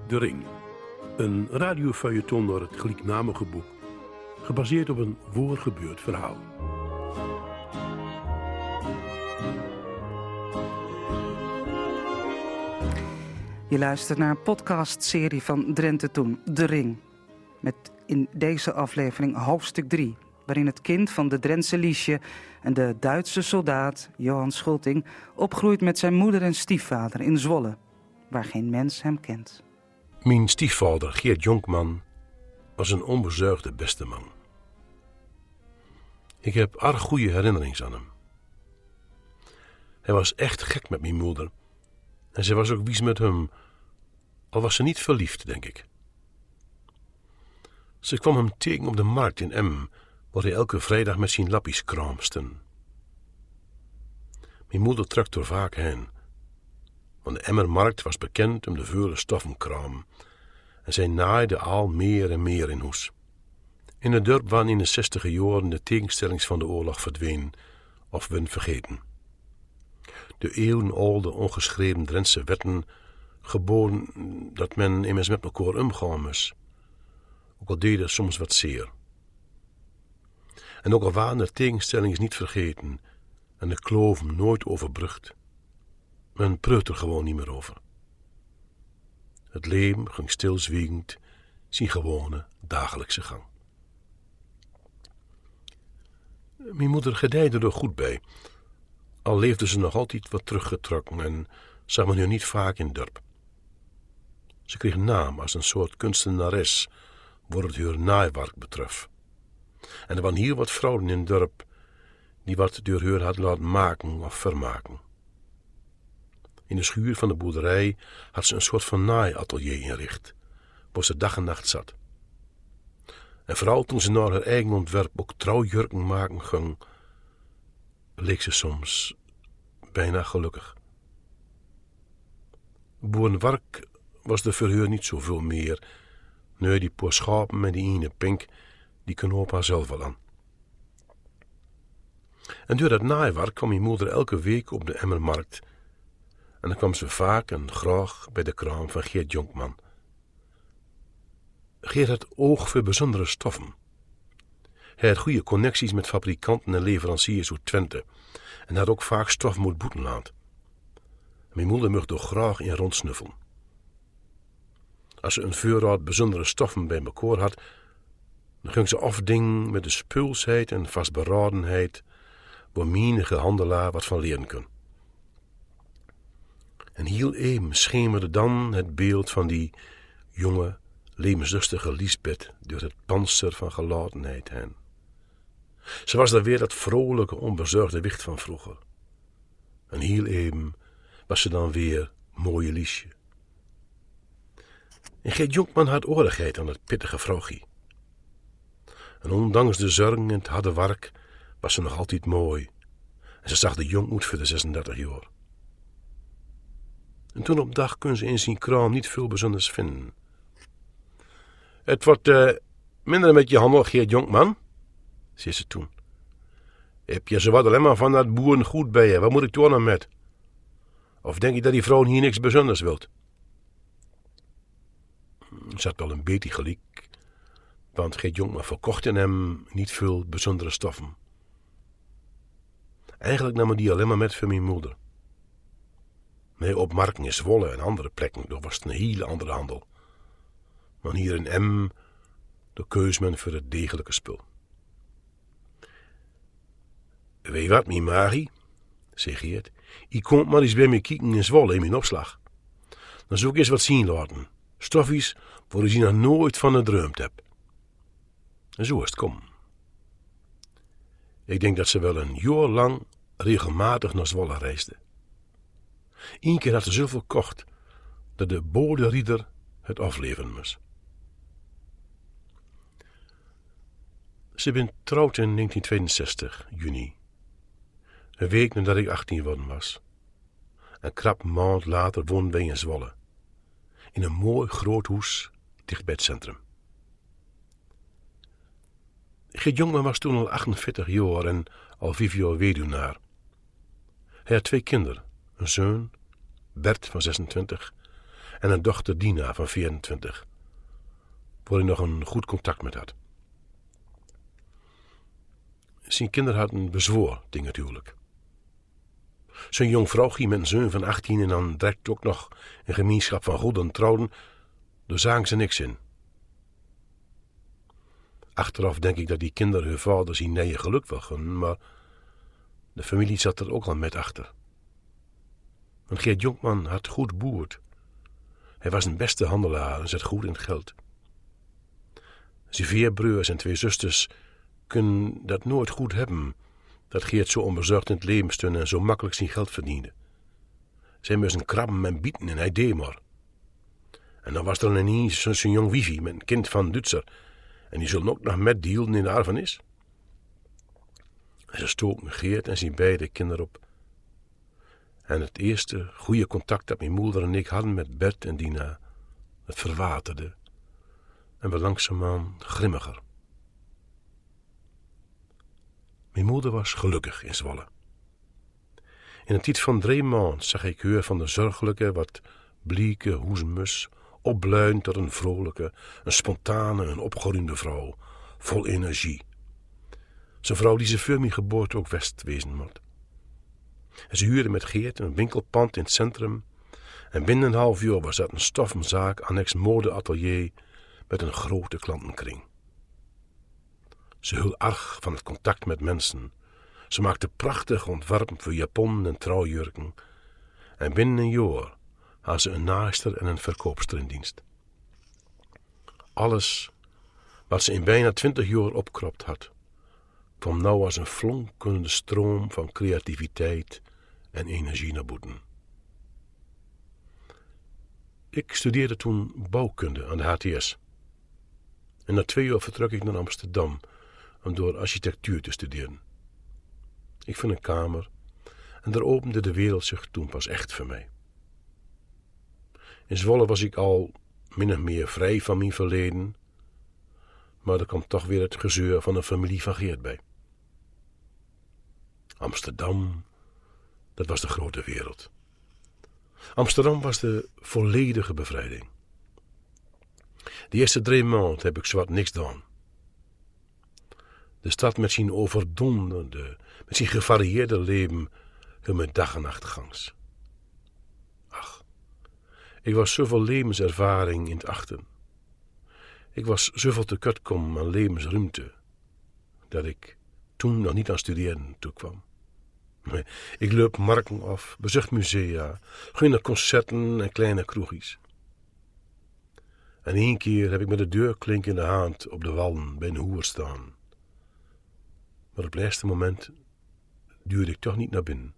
De Ring. Een radiofeuilleton naar het gelijknamige boek, gebaseerd op een voorgebeurd verhaal. Je luistert naar een podcastserie van Drenthe Toen, De Ring. Met in deze aflevering hoofdstuk 3, waarin het kind van de Drentse Liesje en de Duitse soldaat Johan Schulting opgroeit met zijn moeder en stiefvader in Zwolle, waar geen mens hem kent. Mijn stiefvader, Geert Jonkman, was een onbezorgde beste man. Ik heb erg goede herinneringen aan hem. Hij was echt gek met mijn moeder. En zij was ook wies met hem, al was ze niet verliefd, denk ik. Ze kwam hem tegen op de markt in Emmen, waar hij elke vrijdag met zijn lappies kraamste. Mijn moeder trok er vaak heen, want de Emmermarkt was bekend om de vele stoffenkraam, en zij naaide al meer en meer in huis. In het dorp waren in de 60e jaren de tegenstellings van de oorlog verdwenen of werden vergeten. De eeuwenoude ongeschreven Drentse wetten geboden dat men immers met elkaar omgaan moest, ook al deed het soms wat zeer. En ook al waren de tegenstellingen niet vergeten en de kloven nooit overbrugd, men preut er gewoon niet meer over. Het leven ging stilzwijgend zijn gewone dagelijkse gang. Mijn moeder gedijde er goed bij, al leefde ze nog altijd wat teruggetrokken en zag men nu niet vaak in het dorp. Ze kreeg een naam als een soort kunstenares, wat het haar naaiwerk betreft. En er waren hier wat vrouwen in het dorp die wat door haar had laten maken of vermaken. In de schuur van de boerderij had ze een soort van naaiatelier inricht, waar ze dag en nacht zat. En vooral toen ze naar haar eigen ontwerp ook trouwjurken maken ging, leek ze soms bijna gelukkig. Boerenwerk was de verhuur niet zoveel meer. Nee, die paar schapen met die ene pink, die knoop haar zelf wel aan. En door dat naaiwerk kwam mijn moeder elke week op de Emmermarkt. En dan kwam ze vaak en graag bij de kraam van Geert Jonkman. Geert had oog voor bijzondere stoffen. Hij had goede connecties met fabrikanten en leveranciers uit Twente en had ook vaak stoffen uit Boetenland. Mijn moeder mocht er graag in rondsnuffelen. Als ze een voorraad bijzondere stoffen bij elkaar had, dan ging ze afdingen met de speelsheid en vastberadenheid waar menige handelaar wat van leren kon. En heel even schemerde dan het beeld van die jonge, levenslustige Liesbeth door het panzer van gelatenheid heen. Ze was daar weer dat vrolijke, onbezorgde wicht van vroeger. En heel even was ze dan weer mooie Liesje. En Geert Jonkman had oorigheid aan het pittige vrouwtje. En ondanks de zorgen en het harde werk was ze nog altijd mooi. En ze zag er jong uit voor de 36 jaar. En toen op dag kon ze in zijn kraam niet veel bijzonders vinden. Het wordt minder met je handel, Geert Jonkman, zei ze toen. Heb je zowat alleen maar van dat boeren goed bij je, wat moet ik toen nou met? Of denk je dat die vrouw hier niks bijzonders wilt? Ze had wel een beetje gelijk, want Geert Jonkman verkocht in hem niet veel bijzondere stoffen. Eigenlijk nam hij die alleen maar met voor mijn moeder. Nee, op markten in Zwolle en andere plekken, daar was het een hele andere handel. Maar hier in Emmen, daar keus men voor het degelijke spul. Weet je wat, mijn magie, zei Geert, ik kom maar eens bij me kijken in Zwolle in mijn opslag. Dan zou ik eens wat zien laten. Stoffies waar ik nog nooit van gedroomd heb. En zo is het kom. Ik denk dat ze wel een jaar lang regelmatig naar Zwolle reisde. Eén keer had ze zoveel kocht dat de boderieder het afleveren moest. Ze ben trouwd in 1962, juni. Een week nadat ik 18 geworden was. Een krap maand later woonden wij in Zwolle. In een mooi groot huis dicht bij het centrum. Geert Jonkman was toen al 48 jaar en al 5 jaar weduwnaar. Hij had 2 kinderen, een zoon, Bert van 26, en een dochter Dina van 24, waar hij nog een goed contact met had. Zijn kinderen hadden bezwoer, ding natuurlijk. Zijn jong vrouw ging met een zoon van 18 en dan direct ook nog een gemeenschap van goeden trouwen, daar zagen ze niks in. Achteraf denk ik dat die kinderen hun vader zien nee geluk wel gunnen, maar de familie zat er ook al met achter. Want Geert Jonkman had goed boerd. Hij was een beste handelaar en zat goed in het geld. Zijn 4 broers en 2 zusters kunnen dat nooit goed hebben, dat Geert zo onbezorgd in het leven stond en zo makkelijk zijn geld verdiende. Zij moesten krabben en bieten en hij deed maar. En dan was er ineens zo'n jong wifi met een kind van Duitser en die zullen ook nog met dealen in de erfenis. En ze stoken Geert en zijn beide kinderen op. En het eerste goede contact dat mijn moeder en ik hadden met Bert en Dina, het verwaterde en werd langzaamaan grimmiger. Mijn moeder was gelukkig in Zwolle. In een tijd van 3 maanden zag ik haar van de zorgelijke, wat blieke hoezemus opbluin tot een vrolijke, een spontane, een opgeruimde vrouw, vol energie. Zo'n vrouw die ze voor mijn geboorte ook West wezen moet. En ze huurde met Geert een winkelpand in het centrum en binnen een half jaar was dat een stoffenzaak annex modeatelier met een grote klantenkring. Ze hield erg van het contact met mensen. Ze maakte prachtig ontwerpen voor japonnen en trouwjurken. En binnen een jaar had ze een naaister en een verkoopster in dienst. Alles wat ze in bijna 20 jaar opkropt had, kwam nou als een flonkende stroom van creativiteit en energie naar boven. Ik studeerde toen bouwkunde aan de HTS. En na 2 jaar vertrok ik naar Amsterdam om door architectuur te studeren. Ik vond een kamer en daar opende de wereld zich toen pas echt voor mij. In Zwolle was ik al min of meer vrij van mijn verleden, maar er kwam toch weer het gezeur van een familie van Geert bij. Amsterdam, dat was de grote wereld. Amsterdam was de volledige bevrijding. De eerste 3 maanden heb ik zowat niks gedaan. De stad met zijn overdonderde, met zijn gevarieerde leven, hield me dag en nacht gangs. Ach, ik was zoveel levenservaring in het achten. Ik was zoveel tekortkom aan levensruimte, dat ik toen nog niet aan studeren toekwam. Ik loop markten af, bezocht musea, ging naar concerten en kleine kroegjes. En 1 keer heb ik met de deurklink in de hand op de wallen bij een hoer staan. Maar op het laatste moment duurde ik toch niet naar binnen.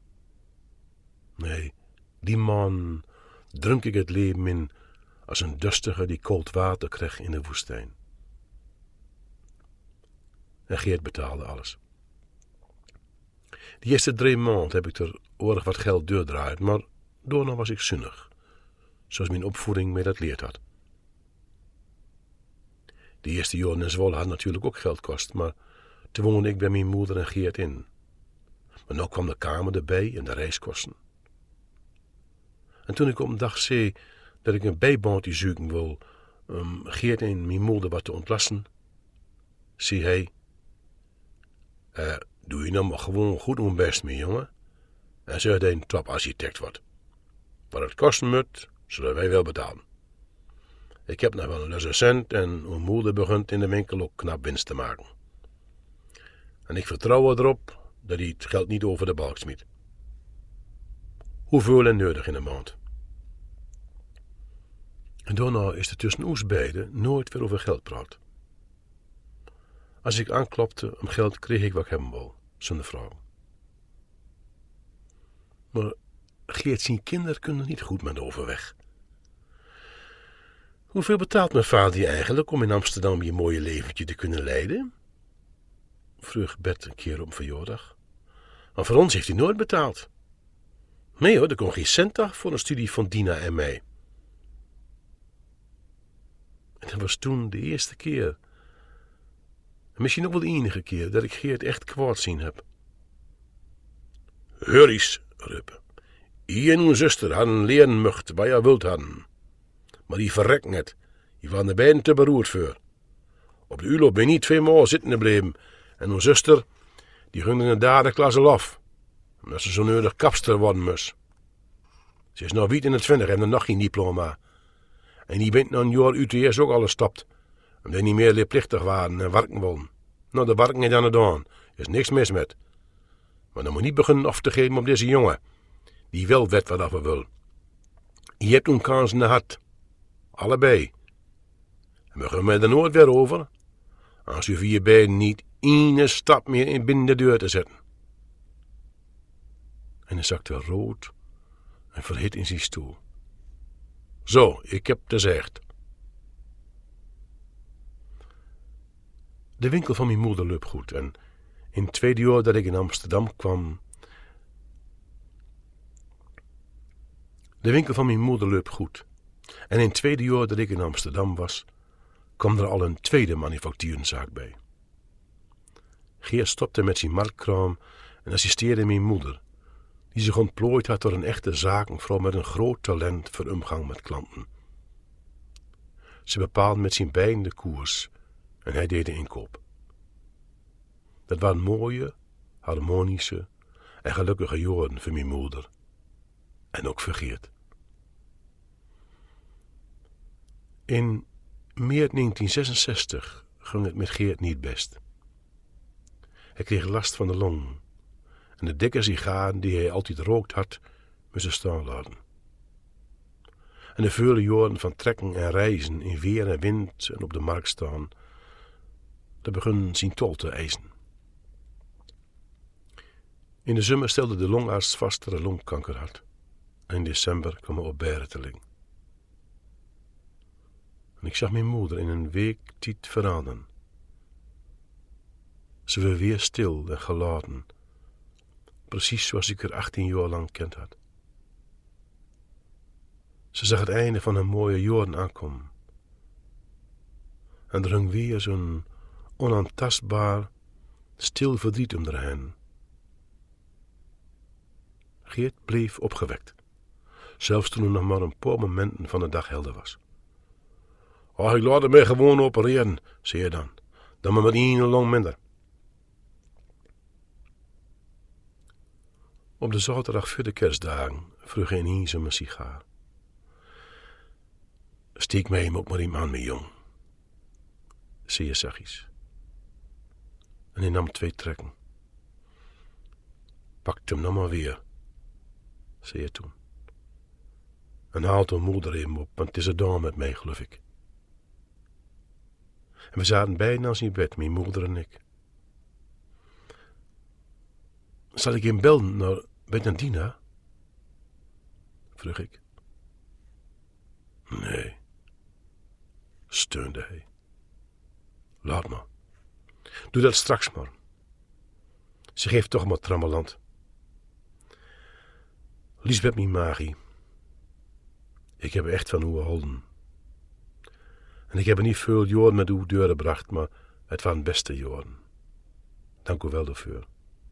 Nee, die man drunk ik het leven in als een durstige die koud water kreeg in de woestijn. En Geert betaalde alles. Die eerste 3 maanden heb ik er oorlog wat geld doordraaid, maar daarna was ik zinnig, zoals mijn opvoeding mij dat leerd had. De eerste jaren in Zwolle had natuurlijk ook geld kost, maar toen woonde ik bij mijn moeder en Geert in. Maar nu kwam de kamer erbij en de reiskosten. En toen ik op een dag zei dat ik een bijbaantje zoeken wil om Geert en mijn moeder wat te ontlasten, zei hij, doe je nou maar gewoon goed om best mee, jongen, en zeg dat je een toparchitect wordt. Wat het kosten moet, zullen wij wel betalen. Ik heb nog wel een lusse cent en mijn moeder begint in de winkel ook knap winst te maken. En ik vertrouw erop dat hij het geld niet over de balk smiet. Hoeveel en nodig in een maand. En daarna is er tussen ons beiden nooit weer over geld praat. Als ik aanklopte om geld, kreeg ik wat ik hebben wou, zonder vrouw. Maar Geert zijn kinderen kunnen niet goed met overweg. Hoeveel betaalt mijn vader je eigenlijk om in Amsterdam je mooie leventje te kunnen leiden? Vroeg Bert een keer op een verjaardag. Maar voor ons heeft hij nooit betaald. Nee hoor, er kon geen cent af voor een studie van Dina en mij. En dat was toen de eerste keer. En misschien ook wel de enige keer dat ik Geert echt kwaad zien heb. Heur eens, riep. I en uw zuster hadden leren mocht waar je wilt hadden. Maar die verrekt net. Die waren er beiden te beroerd voor. Op de ulo ben je niet 2 maal zitten gebleven. En mijn zuster, die ging in de derde klasse af. Omdat ze zo nodig kapster worden moest. Ze is nou wiet in de 20 en nog geen diploma. En die bent na een jaar UTS ook al gestapt. Omdat die niet meer leerplichtig waren en werken wilden. Nou, de werken is aan het doen. Er is niks mis met. Maar dan moet je niet beginnen af te geven op deze jongen. Die wel weet wat we wil. Je hebt toen kansen gehad. Allebei. En we gaan er nooit weer over. Als u voor je beiden niet één stap meer in binnen de deur te zetten. En hij zakte rood en verhit in zijn stoel. Zo, ik heb het gezegd. De winkel van mijn moeder liep goed en in het tweede jaar dat ik in Amsterdam kwam. De winkel van mijn moeder liep goed. En in het tweede jaar dat ik in Amsterdam was, kwam er al een tweede manufacturenzaak bij. Geert stopte met zijn marktkraam en assisteerde mijn moeder, die zich ontplooid had door een echte zakenvrouw met een groot talent voor omgang met klanten. Ze bepaalde met zijn beiden de koers en hij deed de inkoop. Dat waren mooie, harmonische en gelukkige jaren voor mijn moeder. En ook voor Geert. In maart 1966 ging het met Geert niet best. Hij kreeg last van de long en de dikke sigaren die hij altijd rookt had, moesten staan laten. En de vele jaren van trekken en reizen in weer en wind en op de markt staan, dat begon zijn tol te eisen. In de zomer stelde de longarts vast dat hij longkanker had. En in december kwam hij op Berenteling. En ik zag mijn moeder in een week tijd veranderen. Ze was weer stil en gelaten, precies zoals ik haar 18 jaar lang kend had. Ze zag het einde van haar mooie jaren aankomen. En er hing weer zo'n onaantastbaar, stil verdriet om haar heen. Geert bleef opgewekt, zelfs toen er nog maar een paar momenten van de dag helder was. Oh, ik laat mij gewoon opereren, zei hij dan maar met 1 long minder. Op de zaterdag voor de kerstdagen vroeg hij ineens om een sigaar. Steek mij hem ook maar in aan, mijn jong, zei hij zachtjes. En hij nam 2 trekken. Pakt hem nog maar weer, zei hij toen. En haalt de moeder hem op, want het is er dan met mij, geloof ik. En we zaten beiden aan zijn bed, mijn moeder en ik. Zal ik hem bellen naar Bernardina? Vroeg ik. Nee, steunde hij. Laat maar. Doe dat straks maar. Ze geeft toch maar trammeland. Liesbeth, mijn magie. Ik heb echt van u geholpen. En ik heb er niet veel jaren met u doorgebracht, maar het waren beste jaren. Dank u wel daarvoor.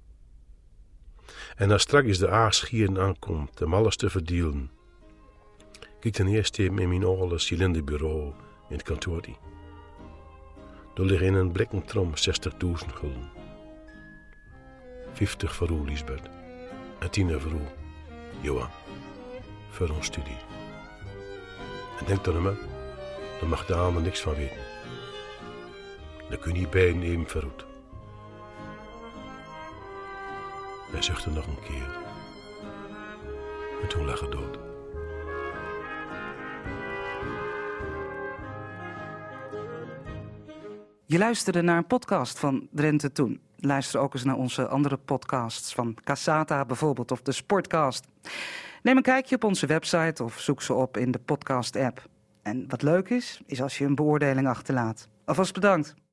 En als straks de aarschieren aankomt om alles te verdelen, kijk ten eerste even in mijn oude cilinderbureau in het kantoor. Er liggen in een blikken trom 60.000 gulden. 50 voor u, Liesbeth. En 10 voor u, Johan. Voor ons studie. En denk dan maar, dan mag de ander niks van weten. Dan kun je beiden even verroet. Hij zuchtte nog een keer. En toen lag hij dood. Je luisterde naar een podcast van Drenthe Toen. Luister ook eens naar onze andere podcasts van Cassata bijvoorbeeld of de Sportcast. Neem een kijkje op onze website of zoek ze op in de podcast-app. En wat leuk is als je een beoordeling achterlaat. Alvast bedankt.